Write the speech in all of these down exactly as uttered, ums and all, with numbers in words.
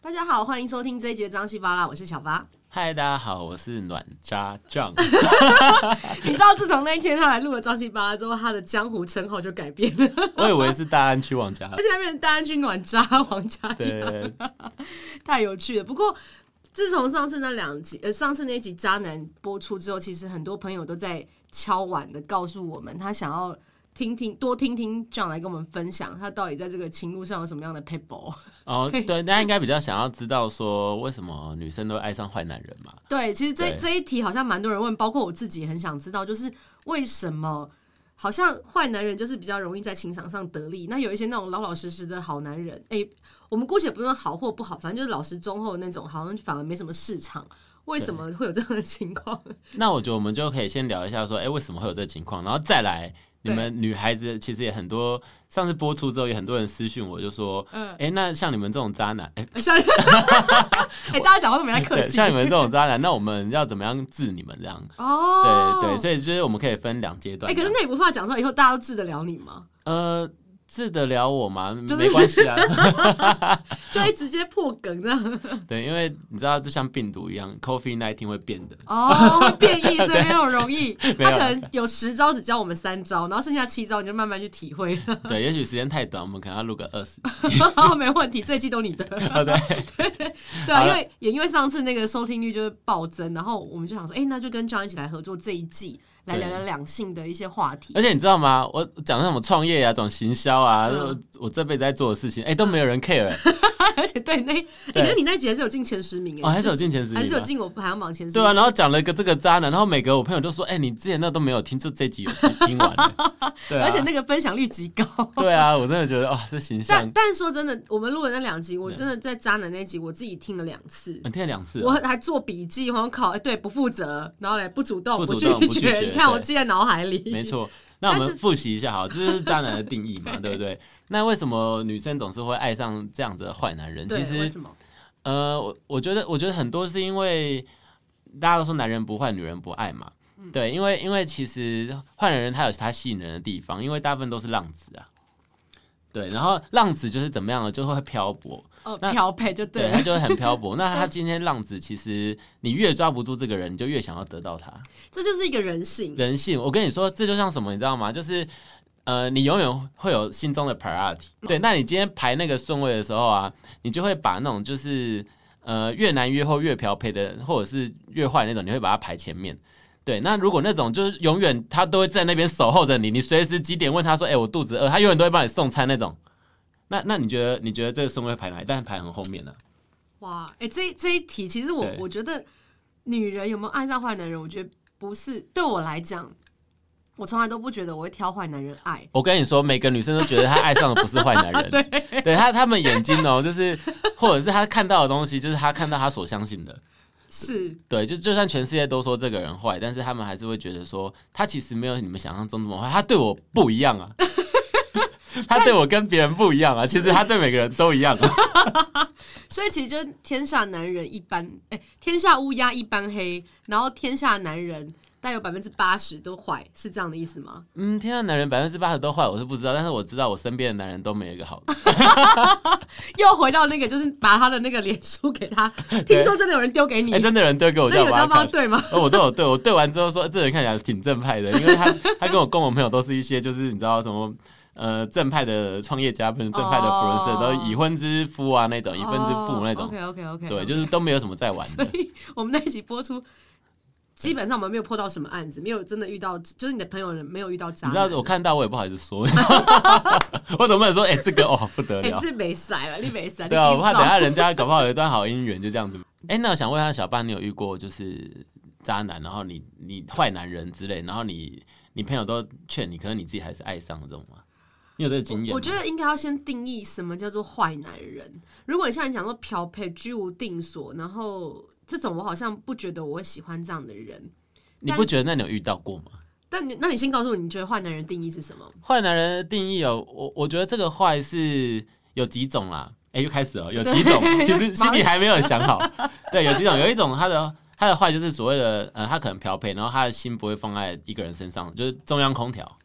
大家好，欢迎收听这一集的张西巴拉，我是小巴。 嗨，大家好，我是暖渣酱。 你知道，自从那一天他来录了张西巴拉之后，他的江湖称号就改变了。 我以为是大安区王家， 而且变成大安区暖渣王家。 对， 太有趣了。不过，自从上次那两集，呃，上次那一集渣男播出之后，其实很多朋友都在敲碗的告诉我们，他想要听听多听听 John 来跟我们分享，他到底在这个情路上有什么样的 paper。 哦，对，大家应该比较想要知道说，为什么女生都会爱上坏男人嘛？ 对，其实这这一题好像蛮多人问，包括我自己也很想知道，就是为什么好像坏男人就是比较容易在情场上得利，那有一些那种老老实实的好男人，哎、欸，我们姑且不论好或不好，反正就是老实忠厚的那种，好像反而没什么市场。为什么会有这样的情况？ 那我觉得我们就可以先聊一下说，哎、欸，为什么会有这个情况，然后再来。你们女孩子其实也很多，上次播出之后也很多人私讯我，就说，哎、嗯欸，那像你们这种渣男，哎、欸，像， 哎、欸，大家讲话都没太客气。 像你们这种渣男，那我们要怎么样治你们这样？哦，对对，所以就是我们可以分两阶段。 哎、欸，可是那你不怕讲出来以后大家都治得了你吗？ 呃。治得了我吗？就是、没关系啊， 就会直接破梗这样。 对，因为你知道，就像病毒一样 ，COVID 十九 会变的。 哦，会变异，所以没有容易。他可能有十招，只教我们三招，然后剩下七招你就慢慢去体会。 对，也许时间太短，我们可能要录个二十集。 没问题，这一季都你的。 哦、对对对啊，因为也因为上次那个收听率就是暴增，然后我们就想说，哎、欸，那就跟 John 一起来合作这一季。来聊聊两性的一些话题， 而且你知道吗？我讲那什么创业啊，讲行销啊，嗯、我这辈子在做的事情，哎、欸，都没有人 care、欸。 而且对那，哎、欸，可是你那集还是有进前十名哎、欸， 哦，还是有进前十名， 还是有进我排行榜前十名。 对啊，然后讲了一个这个渣男，然后每个我朋友都说，哎、欸，你之前那都没有听，就这集有听完、欸对啊， 而且那个分享率极高。 对啊，我真的觉得哇，这形象。 但但说真的，我们录的那两集，我真的在渣男那集，我自己听了两次， 你听了两次、 喔，我还做笔记，我考，哎、欸，对，不负责，然后来不主动， 不主动拒绝，你看我记在脑海里。 没错，那我们复习一下好，这是渣男的定义嘛，对不对？那为什么女生总是会爱上这样子的坏男人？其实， 为什么？ 呃，我我觉得，我觉得很多是因为大家都说男人不坏，女人不爱嘛。嗯、对，因为因为其实坏男人他有他吸引人的地方，因为大部分都是浪子啊。对，然后浪子就是怎么样呢？就会漂泊。 哦，漂配就对了， 对，他就会很漂泊。那他今天浪子，其实你越抓不住这个人，你就越想要得到他。 这就是一个人性。 人性，我跟你说，这就像什么，你知道吗？就是呃，你永远会有心中的 priority。对，那你今天排那个顺位的时候啊，你就会把那种就是呃越难越后越漂配的，或者是越坏那种，你会把它排前面。对，那如果那种就是永远他都会在那边守候着你，你随时几点问他说，哎、欸，我肚子饿，他永远都会帮你送餐那种。那那你觉得你觉得这个顺位排哪里？但是排很后面呢、 啊？哇，哎、欸，这这一题其实我我觉得女人有没有爱上坏男人，我觉得不是对我来讲，我从来都不觉得我会挑坏男人爱。 我跟你说，每个女生都觉得她爱上的不是坏男人，对，对她他们眼睛哦、喔，就是或者是她看到的东西，就是她看到她所相信的。 是对，就就算全世界都说这个人坏，但是他们还是会觉得说，他其实没有你们想象中那么坏，他对我不一样啊。他对我跟别人不一样啊，其实他对每个人都一样啊。 所以其实就是天下男人一般，哎、欸，天下乌鸦一般黑，然后天下男人大概有百分之八十都坏，是这样的意思吗？ 嗯，天下男人百分之八十都坏，我是不知道，但是我知道我身边的男人都没有一个好的。 又回到那个，就是把他的那个脸书给他，听说真的有人丢给你， 哎、欸，真的有人丢给我，叫我把他看， 对吗？ 我都有对，我对完之后说，这人看起来挺正派的，因为他他跟我共同朋友都是一些就是你知道什么。呃，正派的创业家，不是正派的福伦社， oh. 都已婚之夫啊，那种已婚之妇那种。 OK OK OK。 对，就是都没有什么在玩的。 所以我们那一集播出，基本上我们没有破到什么案子，没有真的遇到，就是你的朋友没有遇到渣男。 你知道，我看到我也不好意思说，我总不能说，哎、欸，这个哦不得了， 哎、欸，这没塞了，你没塞。 对啊，我怕等一下人家搞不好有一段好姻缘，就这样子。哎、欸，那我想问一下小爸，你有遇过就是渣男，然后你你坏男人之类，然后你你朋友都劝你，可是你自己还是爱上这种吗？你有这个经验吗？ 我觉得应该要先定义什么叫做坏男人。如果你像你讲说漂配、居无定所，然后这种我好像不觉得我会喜欢这样的人。 你不觉得那你有遇到过吗？ 但你那你先告诉我，你觉得坏男人定义是什么？ 坏男人的定义哦，我我觉得这个坏是有几种啦。哎、欸，又开始了，有几种，其实心里还没有想好。对，有几种，有一种他的他的坏就是所谓的呃，他可能漂配，然后他的心不会放在一个人身上，就是中央空调。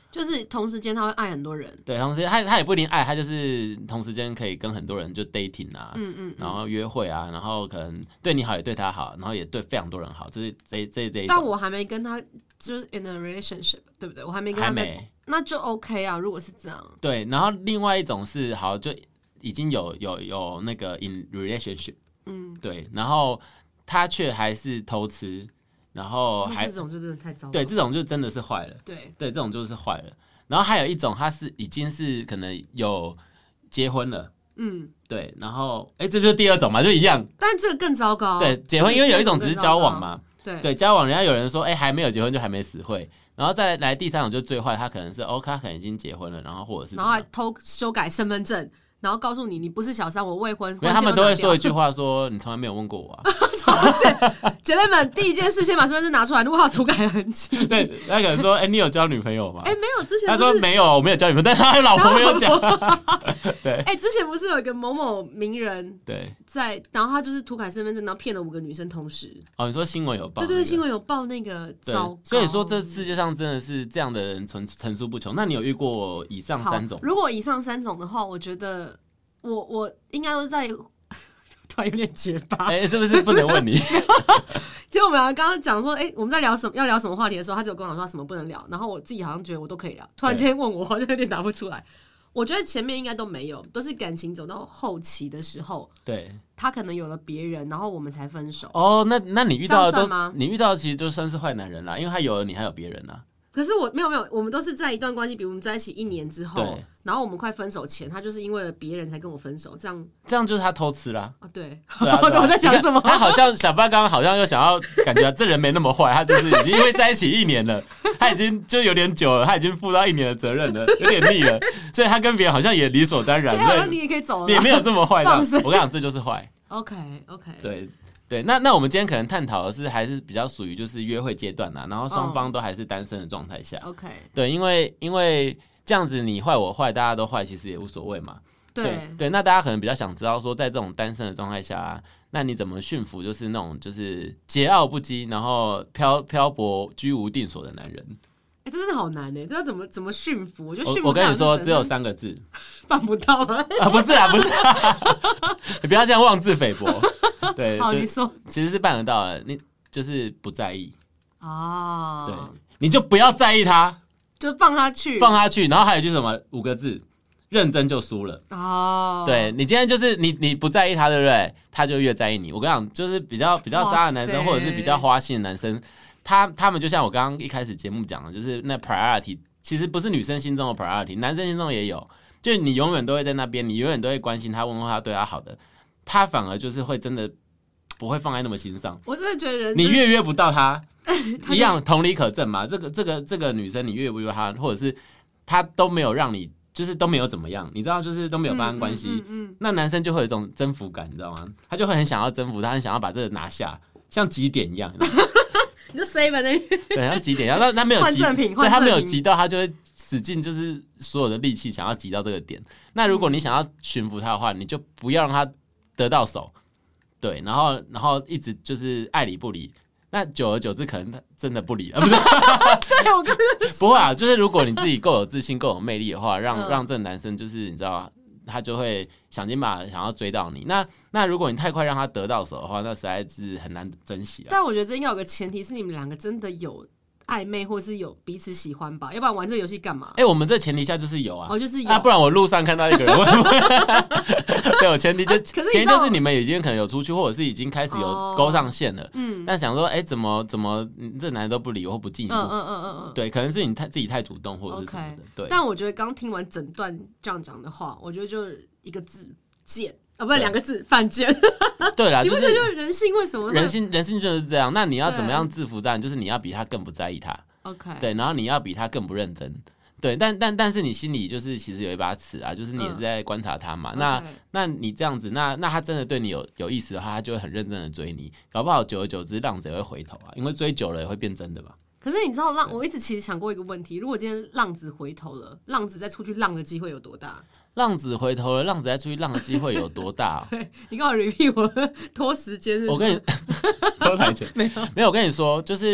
就是同时间他会爱很多人， 对，同时他他也不一定爱，他就是同时间可以跟很多人就 dating 啊，嗯嗯，然后约会啊，然后可能对你好也对他好，然后也对非常多人好，这是这这这一种。 但我还没跟他就是 in a relationship， 对不对？我还没跟他在，还没，那就 OK 啊。如果是这样， 对。然后另外一种是好，就已经有有有那个 in relationship， 嗯，对，然后他却还是偷吃。然后还这种就真的太糟了， 对，这种就真的是坏了， 对对，这种就是坏了。然后还有一种，他是已经是可能有结婚了，嗯，对，然后哎，这就是第二种嘛，就一样， 但这个更糟糕， 对，结婚，因为有一种只是交往嘛， 对对，交往，人家有人说，哎，还没有结婚就还没死会，然后再来第三种就最坏，他可能是哦，他可能已经结婚了，然后或者是然后还偷修改身份证。然后告诉你，你不是小三，我未婚。 因为他们都会说一句话说，说你从来没有问过我啊。 姐妹们，第一件事先把身份证拿出来，如果有涂改痕迹。 对，他可能说，哎、欸，你有交女朋友吗？ 哎、欸，没有，之前他说没有，我没有交女朋友，但是他老婆没有讲。对， 哎、欸，之前不是有一个某某名人对在，然后他就是涂改身份证，然后骗了五个女生同时。 哦，你说新闻有报、那個？ 对对，新闻有报那个糟糕。 所以说，这世界上真的是这样的人层层出不穷。那你有遇过以上三种？ 如果以上三种的话，我觉得。我我应该都在，突然有点结巴， 哎、欸，是不是不能问你？ 其实我们刚刚讲说，哎、欸，我们在聊什么要聊什么话题的时候，他只有跟我讲说什么不能聊，然后我自己好像觉得我都可以聊，突然间问我，好像有点答不出来。我觉得前面应该都没有，都是感情走到后期的时候， 对， 他可能有了别人，然后我们才分手。 哦，那那你遇到的都吗？ 你遇到的其实就算是坏男人啦，因为他有了你，还有别人啦。 可是我没有没有，我们都是在一段关系，比如我们在一起一年之后，然后我们快分手前，他就是因为了别人才跟我分手，这样这样就是他偷吃啦。 啊，对， 对啊，对啊我在讲什么？ 他好像小八刚刚好像又想要感觉这人没那么坏，他就是已经因为在一起一年了，他已经就有点久了，他已经负到一年的责任了，有点腻了，所以他跟别人好像也理所当然。 对啊，你也可以走了， 你也没有这么坏的。我跟你讲，这就是坏。 OK OK， 对。对，那那我们今天可能探讨的是还是比较属于就是约会阶段啦，然后双方都还是单身的状态下。 OK， 对，因为因为这样子你坏我坏，大家都坏，其实也无所谓嘛。 对对, 对，那大家可能比较想知道说，在这种单身的状态下、啊，那你怎么驯服就是那种就是桀骜不羁，然后漂漂泊居无定所的男人？ 哎、欸，这真的好难哎，这要怎么怎么驯服？我觉得驯服我，我跟你说，只有三个字， 办不到吗？ 啊，不是啊，不是啊，你不要这样妄自菲薄。对， 好，你说， 其实是办得到的，你就是不在意哦， 对，你就不要在意他， 就放他去， 放他去。然后还有一句什么五个字，认真就输了哦。 对，你今天就是你你不在意他，对不对？他就越在意你。我跟你讲，就是比较比较渣的男生，或者是比较花心的男生，他他们就像我刚刚一开始节目讲的，就是那 priority 其实不是女生心中的 priority， 男生心中也有，就你永远都会在那边，你永远都会关心他，问候他，对他好的。他反而就是会真的不会放在那么心上。 我真的觉得人你越约不到他，一样同理可证嘛。这个这个这个女生你越不约她，或者是她都没有让你，就是都没有怎么样，你知道，就是都没有发生关系、嗯嗯嗯嗯。那男生就会有一种征服感，你知道吗？他就会很想要征服，他很想要把这个拿下，像集点一样。 你就 save 那边， 对，像集点一样。那他没有集，对，他没有集到，他就会使尽就是所有的力气想要集到这个点。那如果你想要驯服他的话，你就不要让他得到手，对，然后然后一直就是爱理不理，那久而久之可能他真的不理了，不是？ 对，我跟你说， 不会啊，就是如果你自己够有自信、够有魅力的话，让、嗯、让这个男生就是你知道，他就会想尽办法想要追到你。那那如果你太快让他得到手的话，那实在是很难珍惜啊。 但我觉得这应该有个前提是你们两个真的有暧昧或是有彼此喜欢吧，要不然玩这个游戏干嘛？ 哎、欸，我们这前提下就是有啊， 哦，就是有啊，不然我路上看到一个人，对，我前提就、啊、可是前提就是你们已经可能有出去，或者是已经开始有勾上线了，嗯、哦，但想说，哎、欸，怎么怎么这男的都不理我，或不进一步，嗯嗯嗯嗯，对，可能是你太自己太主动，或者是什么的， okay, 对。 但我觉得刚听完整段这样讲的话，我觉得就是一个字贱。啊，不是两个字，犯贱。 对啦， 你不觉得就是人性为什么？ 人性人性就是这样。那你要怎么样制服这样？就是你要比他更不在意他。 OK。 对，然后你要比他更不认真。对，但但但是你心里就是其实有一把尺啊，就是你也是在观察他嘛。嗯、那、okay. 那你这样子，那那他真的对你有有意思的话，他就会很认真的追你。搞不好久而久之，浪子也会回头啊，因为追久了也会变真的嘛。 可是你知道浪，我一直其实想过一个问题：如果今天浪子回头了，浪子再出去浪的机会有多大？ 浪子回头了，浪子再出去浪的机会有多大、哦？ 对，你刚好 repeat 我拖时间， 我跟你拖台前没有没有，我跟你说，就是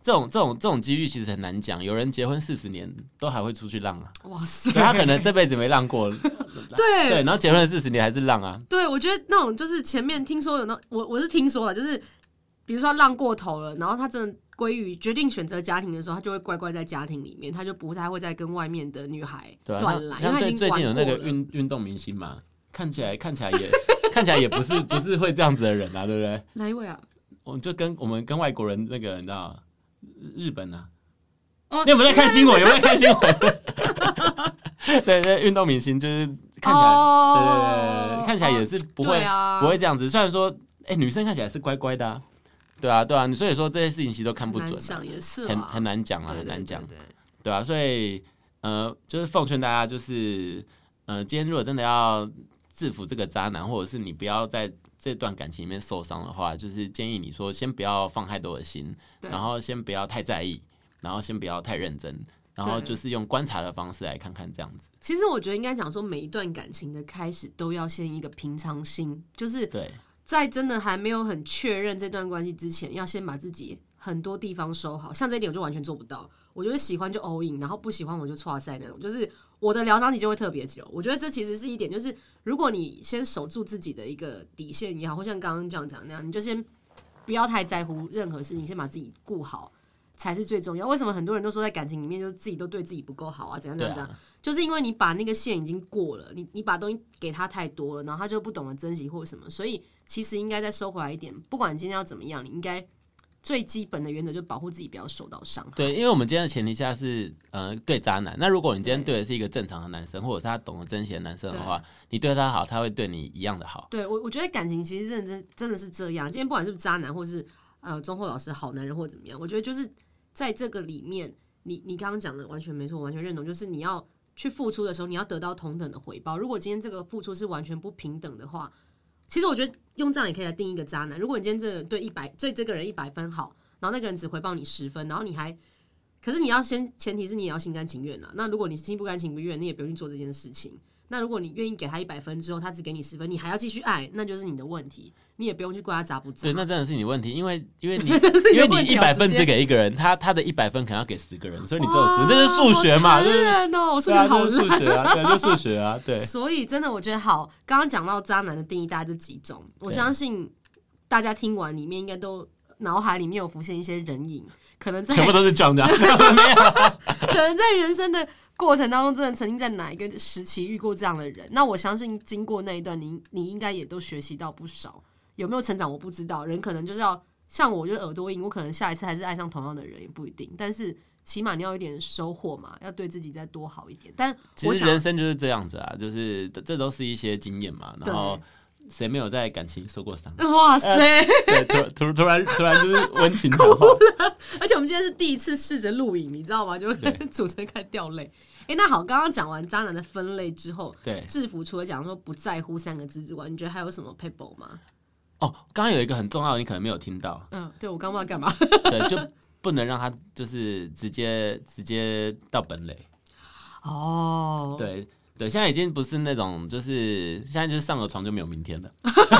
这种这种这种几率其实很难讲，有人结婚四十年都还会出去浪啊！ 哇塞， 他可能这辈子没浪过， 对对，然后结婚了四十年还是浪啊！ 对，我觉得那种就是前面听说有那我我是听说了，就是比如说浪过头了，然后他真的归于决定选择家庭的时候，他就会乖乖在家庭里面，他就不太会再跟外面的女孩乱来。 对啊，像最最近有那个运运动明星嘛，看起来看起来也看起来也不是不是会这样子的人啊，对不对？ 哪一位啊？ 我们就跟我们跟外国人那个你知道。日本啊， 哦、 你有没有在看新闻？有没有在看新闻？对对，运动明星就是看起来，哦、对对对，看起来也是不会、啊、不会这样子。虽然说，哎、欸，女生看起来是乖乖的、啊，对啊对啊，所以说这些事情其实都看不准、啊， 讲也是很很难讲啊，很难讲，对啊，所以呃，就是奉劝大家，就是呃，今天如果真的要制服这个渣男，或者是你不要在这段感情里面受伤的话，就是建议你说，先不要放太多的心，然后先不要太在意，然后先不要太认真，然后就是用观察的方式来看看这样子。 其实我觉得应该讲说，每一段感情的开始都要先一个平常心，就是在真的还没有很确认这段关系之前，要先把自己很多地方收好。像这一点我就完全做不到，我觉得喜欢就 all in， 然后不喜欢我就挫赛那种，就是我的疗伤期就会特别久。我觉得这其实是一点，就是如果你先守住自己的一个底线也好，或像刚刚这样讲那样，你就先不要太在乎任何事情，先把自己顾好才是最重要。为什么很多人都说在感情里面就是自己都对自己不够好啊，怎样怎样怎样、啊？就是因为你把那个线已经过了，你你把东西给他太多了，然后他就不懂得珍惜或什么，所以其实应该再收回来一点。不管你今天要怎么样，你应该最基本的原则就是保护自己，不要受到伤害。 对，因为我们今天的前提下是呃对渣男，那如果你今天对的是一个正常的男生，或者是他懂得珍惜的男生的话，你对他好，他会对你一样的好。 对，我我觉得感情其实真的真的是这样。今天不管是不是渣男，或是呃钟厚老师好男人或怎么样，我觉得就是在这个里面，你你刚刚讲的完全没错，我完全认同，就是你要去付出的时候，你要得到同等的回报。如果今天这个付出是完全不平等的话，其实我觉得用这样也可以来定义一个渣男。如果你今天这个对一百对这个人一百分好，然后那个人只回报你十分，然后你还，可是你要先前提是你也要心甘情愿啊。那如果你心不甘情不愿，你也不用去做这件事情。那如果你愿意给他一百分之后，他只给你十分，你还要继续爱，那就是你的问题，你也不用去怪他渣不渣。 对，那真的是你问题，因为因为你因为你一百分只给一个人，他他的一百分可能要给十个人，所以你只有十，这是数学嘛？ 对不对？哦，我数学好烂， 数学啊，对，就数学啊，对。 所以真的，我觉得好，刚刚讲到渣男的定义，大概这几种，我相信大家听完里面应该都脑海里面有浮现一些人影，可能在全部都是撞的， 可能在人生的过程当中，真的曾经在哪一个时期遇过这样的人。那我相信经过那一段，你你应该也都学习到不少。有没有成长我不知道，人可能就是要像我，就是耳朵硬，我可能下一次还是爱上同样的人也不一定。但是起码你要有一点收获嘛，要对自己再多好一点。但其实人生就是这样子啊，就是这都是一些经验嘛，然后。谁没有在感情受过伤？ 哇塞！呃、 对，突突突然突然就是温情哭了。而且我们今天是第一次试着录影，你知道吗？就主持人开始掉泪。哎、欸，那好，刚刚讲完渣男的分类之后， 对制服除了讲说不在乎三个字之外，你觉得还有什么 paper 吗？ 哦，刚刚有一个很重要的，你可能没有听到。 嗯，对，我刚刚要干嘛？ 对，就不能让他就是直接直接到本垒。 哦， 对。对，现在已经不是那种，就是现在就是上了床就没有明天了。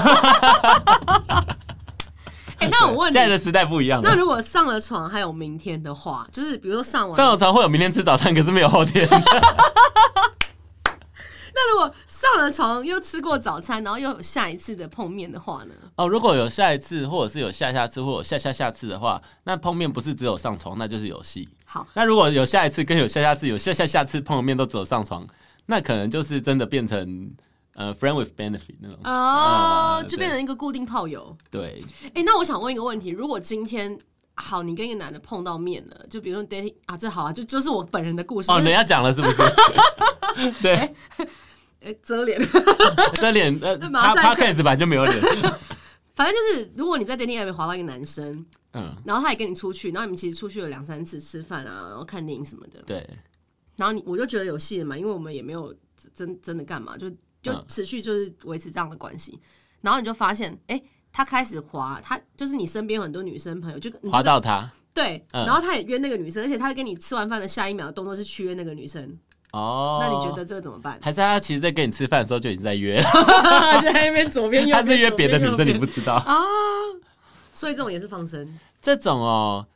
哎、欸，那我问你， 现在的时代不一样了。 那如果上了床还有明天的话，就是比如说上完上了床会有明天吃早餐，可是没有后天。 那如果上了床又吃过早餐，然后又有下一次的碰面的话呢？ 哦，如果有下一次，或者是有下下次，或者有下下下次的话，那碰面不是只有上床，那就是有戏。 好， 那如果有下一次跟有下下次，有下下下次碰面都只有上床。那可能就是真的变成呃 friend with benefit 那种哦、呃，就变成一个固定炮友。 对， 哎、欸，那我想问一个问题：如果今天好，你跟一个男的碰到面了，就比如说 dating 啊，这好啊，就就是我本人的故事。 哦，人家讲了是不是？对，哎、 欸，遮脸， 遮脸，呃，他 podcast 版就没有脸。 反正就是，如果你在 dating app 滑到一个男生， 嗯， 然后他也跟你出去，然后你们其实出去了两三次吃饭啊，然后看电影什么的， 对。 然后你我就觉得有戏了嘛，因为我们也没有真真的干嘛，就就持续就是维持这样的关系。然后你就发现，哎、欸，他开始滑，他就是你身边有很多女生朋友，就滑到他， 对、嗯，然后他也约那个女生，而且他跟你吃完饭的下一秒的动作是去约那个女生。 哦， 那你觉得这个怎么办？ 还是他其实在跟你吃饭的时候就已经在约了， 就在那边左边右边， 他是约别的女生，你不知道啊？所以这种也是放生。 这种哦。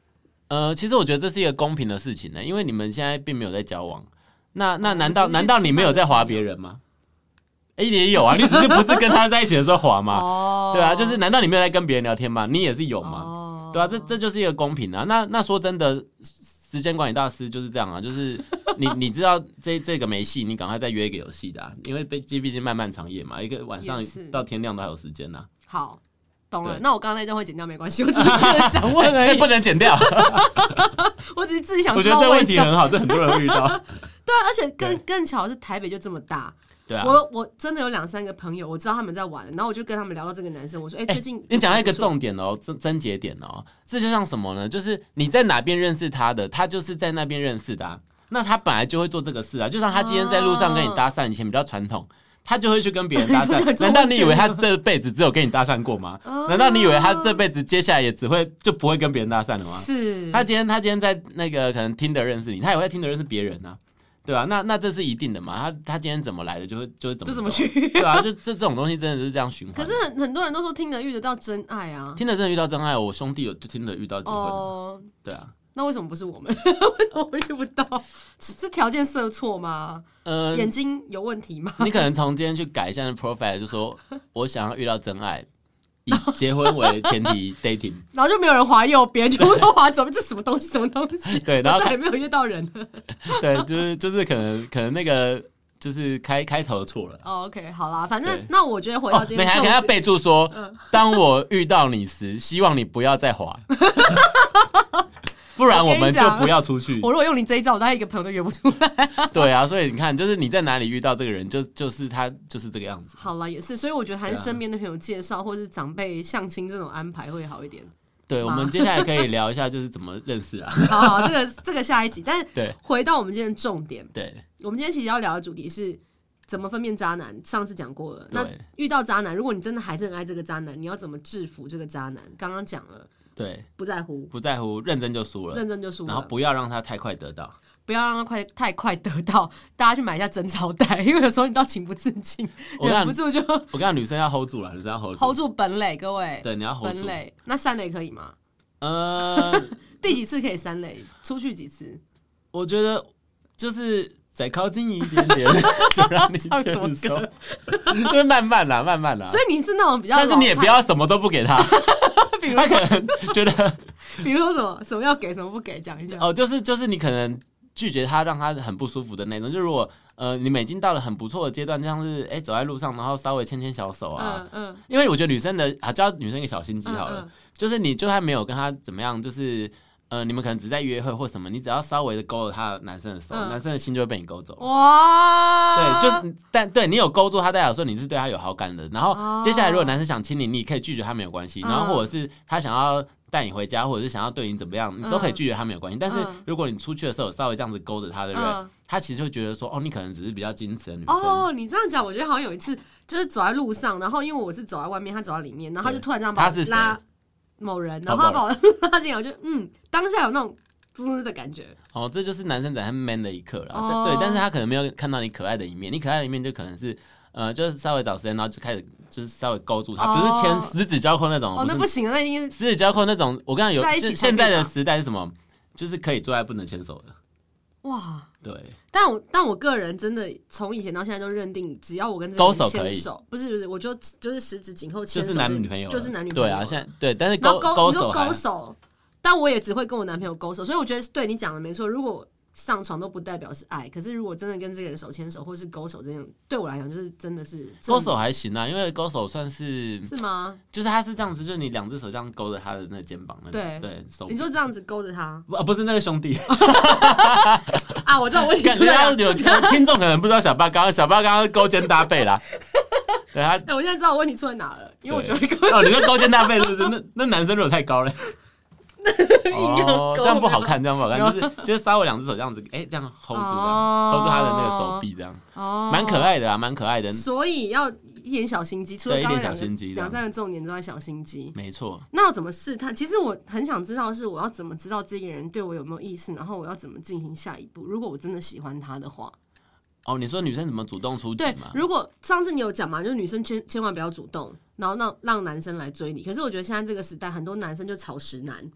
呃，其实我觉得这是一个公平的事情呢，因为你们现在并没有在交往，那那难道、哦、难道你没有在滑别人吗？哎、欸，也有啊，你只是不是跟他在一起的时候滑嘛？哦，对啊，就是难道你没有在跟别人聊天吗？你也是有嘛？哦，对啊，这这就是一个公平啊。那那说真的，时间管理大师就是这样啊，就是你你知道这这个没戏，你赶快再约一个有戏的、啊，因为毕竟漫漫长夜嘛，一个晚上到天亮都还有时间呢、啊。 好。懂了，那我刚刚那段会剪掉没关系，我只是真的想问而已。 不能剪掉， 我只是自己想。 我觉得这个问题很好，这很多人会遇到。 对啊，而且更更巧的是台北就这么大。 对啊， 我我真的有两三个朋友，我知道他们在玩，然后我就跟他们聊到这个男生，我说：“哎、欸，最近你讲到一个重点哦，症症结点哦，这就像什么呢？就是你在哪边认识他的，他就是在那边认识的、啊，那他本来就会做这个事啊。就像他今天在路上跟你搭讪，以前比较传统。他就会去跟别人搭讪，难道你以为他这辈子只有跟你搭讪过吗？难道你以为他这辈子接下来也只会就不会跟别人搭讪了吗？ 是， 他今天他今天在那个可能Tinder认识你，他也会在Tinder认识别人啊，对吧、啊？那那这是一定的嘛？他他今天怎么来的，就会就会怎么就怎么去， 对啊，就这这种东西真的就是这样循环。 可是很很多人都说Tinder遇得到真爱啊 ，Tinder真的遇到真爱，我兄弟有Tinder遇到结婚了，哦、对啊。 那为什么不是我们？为什么我们遇不到？是条件设错吗？呃，眼睛有问题吗？ 你可能从今天去改一下 profile， 就说我想要遇到真爱，以结婚为前提 dating， 然后就没有人滑右边，全部都滑左边，这什么东西？什么东西？ 对，然后再也没有遇到人了。 对，就是就是可能可能那个就是开开头错了。 哦 ，OK， 好啦，反正那我觉得回到今天， 哦、你还还要备注说、嗯，当我遇到你时，希望你不要再滑。不然我们就不要出去。 我如果用你这一招，我大概一个朋友都约不出来。 对啊，所以你看，就是你在哪里遇到这个人，就就是他就是这个样子。 好了，也是，所以我觉得还是身边的朋友介绍，或是长辈相亲这种安排会好一点。 对，我们接下来可以聊一下，就是怎么认识啊。 好好，这个这个下一集。但是回到我们今天的重点， 对， 我们今天其实要聊的主题是怎么分辨渣男。上次讲过了，那遇到渣男，如果你真的还是很爱这个渣男，你要怎么制服这个渣男？刚刚讲了。 对， 不在乎， 不在乎，认真就输了， 认真就输了， 然后不要让他太快得到， 不要让他快太快得到。大家去买一下真钞袋，因为有时候你到情不自禁，忍不住就。 我跟你讲，女生要 hold 住了，女生要 hold 住 hold 住本垒，各位。 对，你要 hold 住本垒。那三垒可以吗？ 呃， 第几次可以三垒？出去几次？ 我觉得就是再靠近一点点，就让你牵手，就是慢慢啦，慢慢啦。 所以你是那种比较， 但是你也不要什么都不给他。 比如他可能觉得， 比如说什么什么要给，什么不给，讲一下。 哦，就是就是你可能拒绝他，让他很不舒服的那种。就如果呃你们已经到了很不错的阶段，就像是哎、欸、走在路上，然后稍微牵牵小手啊，嗯嗯。因为我觉得女生的啊教女生一个小心机好了，嗯嗯就是你就算没有跟他怎么样，就是呃你们可能只在约会或什么，你只要稍微的勾了他的男生的手，嗯、男生的心就会被你勾走。哇！对，就是但对你有勾住他，代表说你是对他有好感的。然后接下来如果男生想亲你，你可以拒绝他没有关系。然后或者是他想要带你回家，或者是想要对你怎么样，你都可以拒绝他没有关系。但是如果你出去的时候稍微这样子勾着他的人，嗯、他其实会觉得说，哦，你可能只是比较矜持的女生。 哦，你这样讲，我觉得好像有一次就是走在路上，然后因为我是走在外面，他走在里面，然后他就突然这样把我拉某人，然后他把我拉进来，我就嗯，当下有那种滋的感觉。 哦，这就是男生仔很 man 的一刻了。哦、对，但是他可能没有看到你可爱的一面，你可爱的一面就可能是。呃，就是稍微找时间，然后就开始就是稍微勾住他，不、oh. 是牵十指交扣那种。 哦，那不行，那应该十指交扣那种。我刚刚有现在的时代是什么？就是可以做爱不能牵手的。哇，对。 但我但我个人真的从以前到现在都认定，只要我跟这个人牵手，不是不是，我就就是十指紧扣牵手， 就是男女朋友， 就是男女朋友。 对啊，现在对，但是勾勾勾手勾手，但我也只会跟我男朋友勾手，所以我觉得对你讲的没错。如果上床都不代表是爱，可是如果真的跟这个人手牵手或是勾手这样，对我来讲就是真的是勾手还行啊，因为勾手算是是吗？ 就是他是这样子，就是你两只手这样勾着他的那个肩膀，那对对手， 你就这样子勾着他， 不不是那个兄弟啊，我知道我问题出来了。 有听众可能不知道小八刚刚小八刚刚勾肩搭背啦。对他、 欸，我现在知道我问题出在哪了，因为我觉得哦，你说勾肩搭背是不是？那那男生如果太高嘞？哦，这样不好看，这样不好看，就是就是稍微两只手这样子，哎、欸，这样 hold 住这样、哦、，hold 住他的那个手臂，这样，哦，蛮可爱的啊，蛮可爱的。 所以要一点小心机，除了刚刚两三个重点之外，小心机， 没错。 那要怎么试探？其实我很想知道，是我要怎么知道这个人对我有没有意思，然后我要怎么进行下一步？如果我真的喜欢他的话。 哦，你说女生怎么主动出击嘛？ 对，如果上次你有讲嘛，就是女生千千万不要主动，然后让让男生来追你。可是我觉得现在这个时代，很多男生就草食男。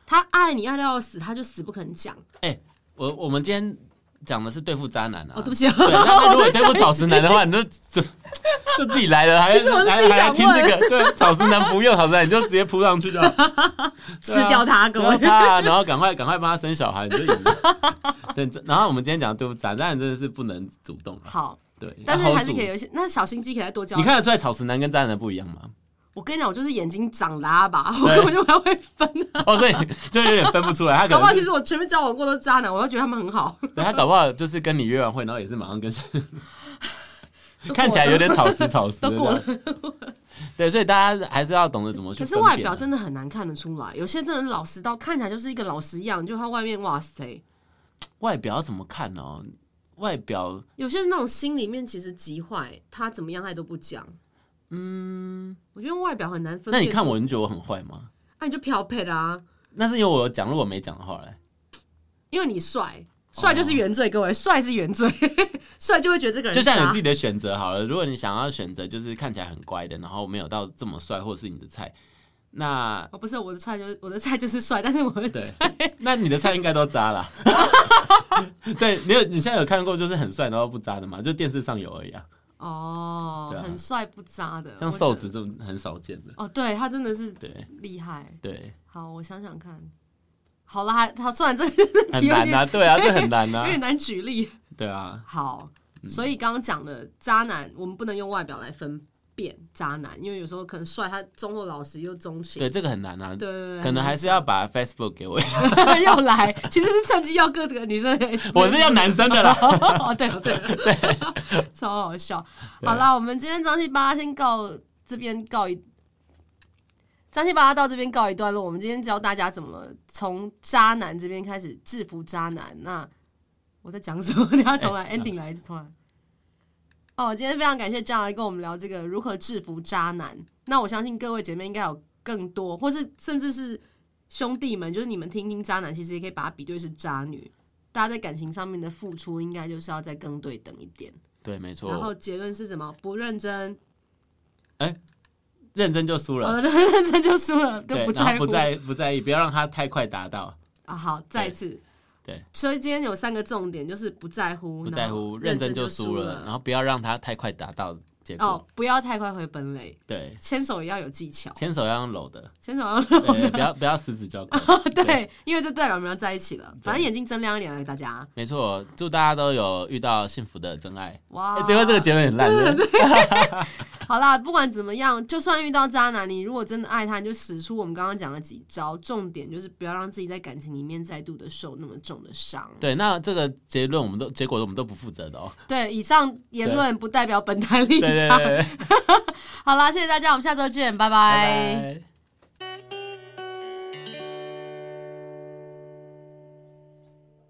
他爱你爱到要死，他就死不肯讲。 哎、欸，我我们今天讲的是对付渣男啊。 哦，对不起。 对，那那如果对付草食男的话，你就就就自己来了，还其实我是自己想还还听这个，对，草食男不用草食男，你就直接扑上去就好， 吃掉他，各位。 他，然后赶快赶快帮他生小孩，你就赢了。对，然后我们今天讲的对付渣男，真的是不能主动。 好， 对， 但是还是可以有一些，那小心机可以再多教。 你看得出来草食男跟渣男不一样吗？ 我跟你讲，我就是眼睛长拉吧，我根本就还会分啊。 哦，所以就有点分不出来。他可能搞不好其实我前面交往过的渣男，我都觉得他们很好。 对，他搞不好就是跟你约完会，然后也是马上跟，看起来有点草食草食。 都过了。 对，所以大家还是要懂得怎么去分辨。 可是外表真的很难看得出来，有些真的老实到看起来就是一个老实样，就他外面哇塞。 外表要怎么看呢、哦？外表有些人那种心里面其实极坏，他怎么样他都不讲。 嗯， 我觉得外表很难分辨。 那你看我，你觉得我很坏吗？ 那、啊、你就漂配啦。 那是因为我有讲，如果没讲的话嘞， 因为你帅，帅就是原罪，各位，帅是原罪，帅就会觉得这个人就像你自己的选择好了。如果你想要选择就是看起来很乖的，然后没有到这么帅，或者是你的菜，那哦不是我的菜，就是我的菜就是帅，但是我的菜， 那你的菜应该都渣啦。对，你有你现在有看过就是很帅然后不渣的吗？就电视上有而已啊。 哦，啊、很帅不渣的， 像瘦子这种很少见的。 哦，对他真的是厉害。 对， 好，我想想看。好了，还好，虽然这个很难啊，对啊，这很难啊， 有点难举例。 对啊， 好，所以刚刚讲的渣男，我们不能用外表来分辨渣男，因为有时候可能帅，他忠厚老实又钟情。 对，这个很难啊。 对对对， 可能还是要把 Facebook 给我。 又来，其实是趁机要各个女生的 Facebook。 我是要男生的啦。 哦，对了对了，对，超好笑。好啦，我们今天张七八先告这边告一，张七八到这边告一段落。我们今天教大家怎么从渣男这边开始制服渣男。那我在讲什么？等一下重来、欸、，ending 来一次，重来。哦，今天非常感谢张来跟我们聊这个如何制服渣男。那我相信各位姐妹应该有更多，或是甚至是兄弟们，就是你们听听渣男，其实也可以把它比对是渣女。大家在感情上面的付出，应该就是要再更对等一点。 对，没错。 然后结论是什么？不认真。 哎、欸，认真就输了。 哦，认真就输了，就不在乎， 不在不在意，不要让他太快达到。 啊，好，再一次。 对， 所以今天有三个重点，就是不在乎， 不在乎，认真就输了，然后不要让他太快达到结果。 哦，不要太快回本垒。 对， 牵手也要有技巧， 牵手要用搂的， 牵手要用搂的， 不要不要死死交关。 对，对，因为这代表我们要在一起了。反正眼睛睁亮一点了，大家。 没错，祝大家都有遇到幸福的真爱。 哇， 最后这个结论很烂的。 好啦，不管怎么样，就算遇到渣男，你如果真的爱他，你就使出我们刚刚讲的几招，重点就是不要让自己在感情里面再度的受那么重的伤。 对，那这个结论我们都结果我们都不负责的哦。 对，以上言论不代表本台立场。 对对对对好啦，谢谢大家，我们下周见，拜拜。 拜拜。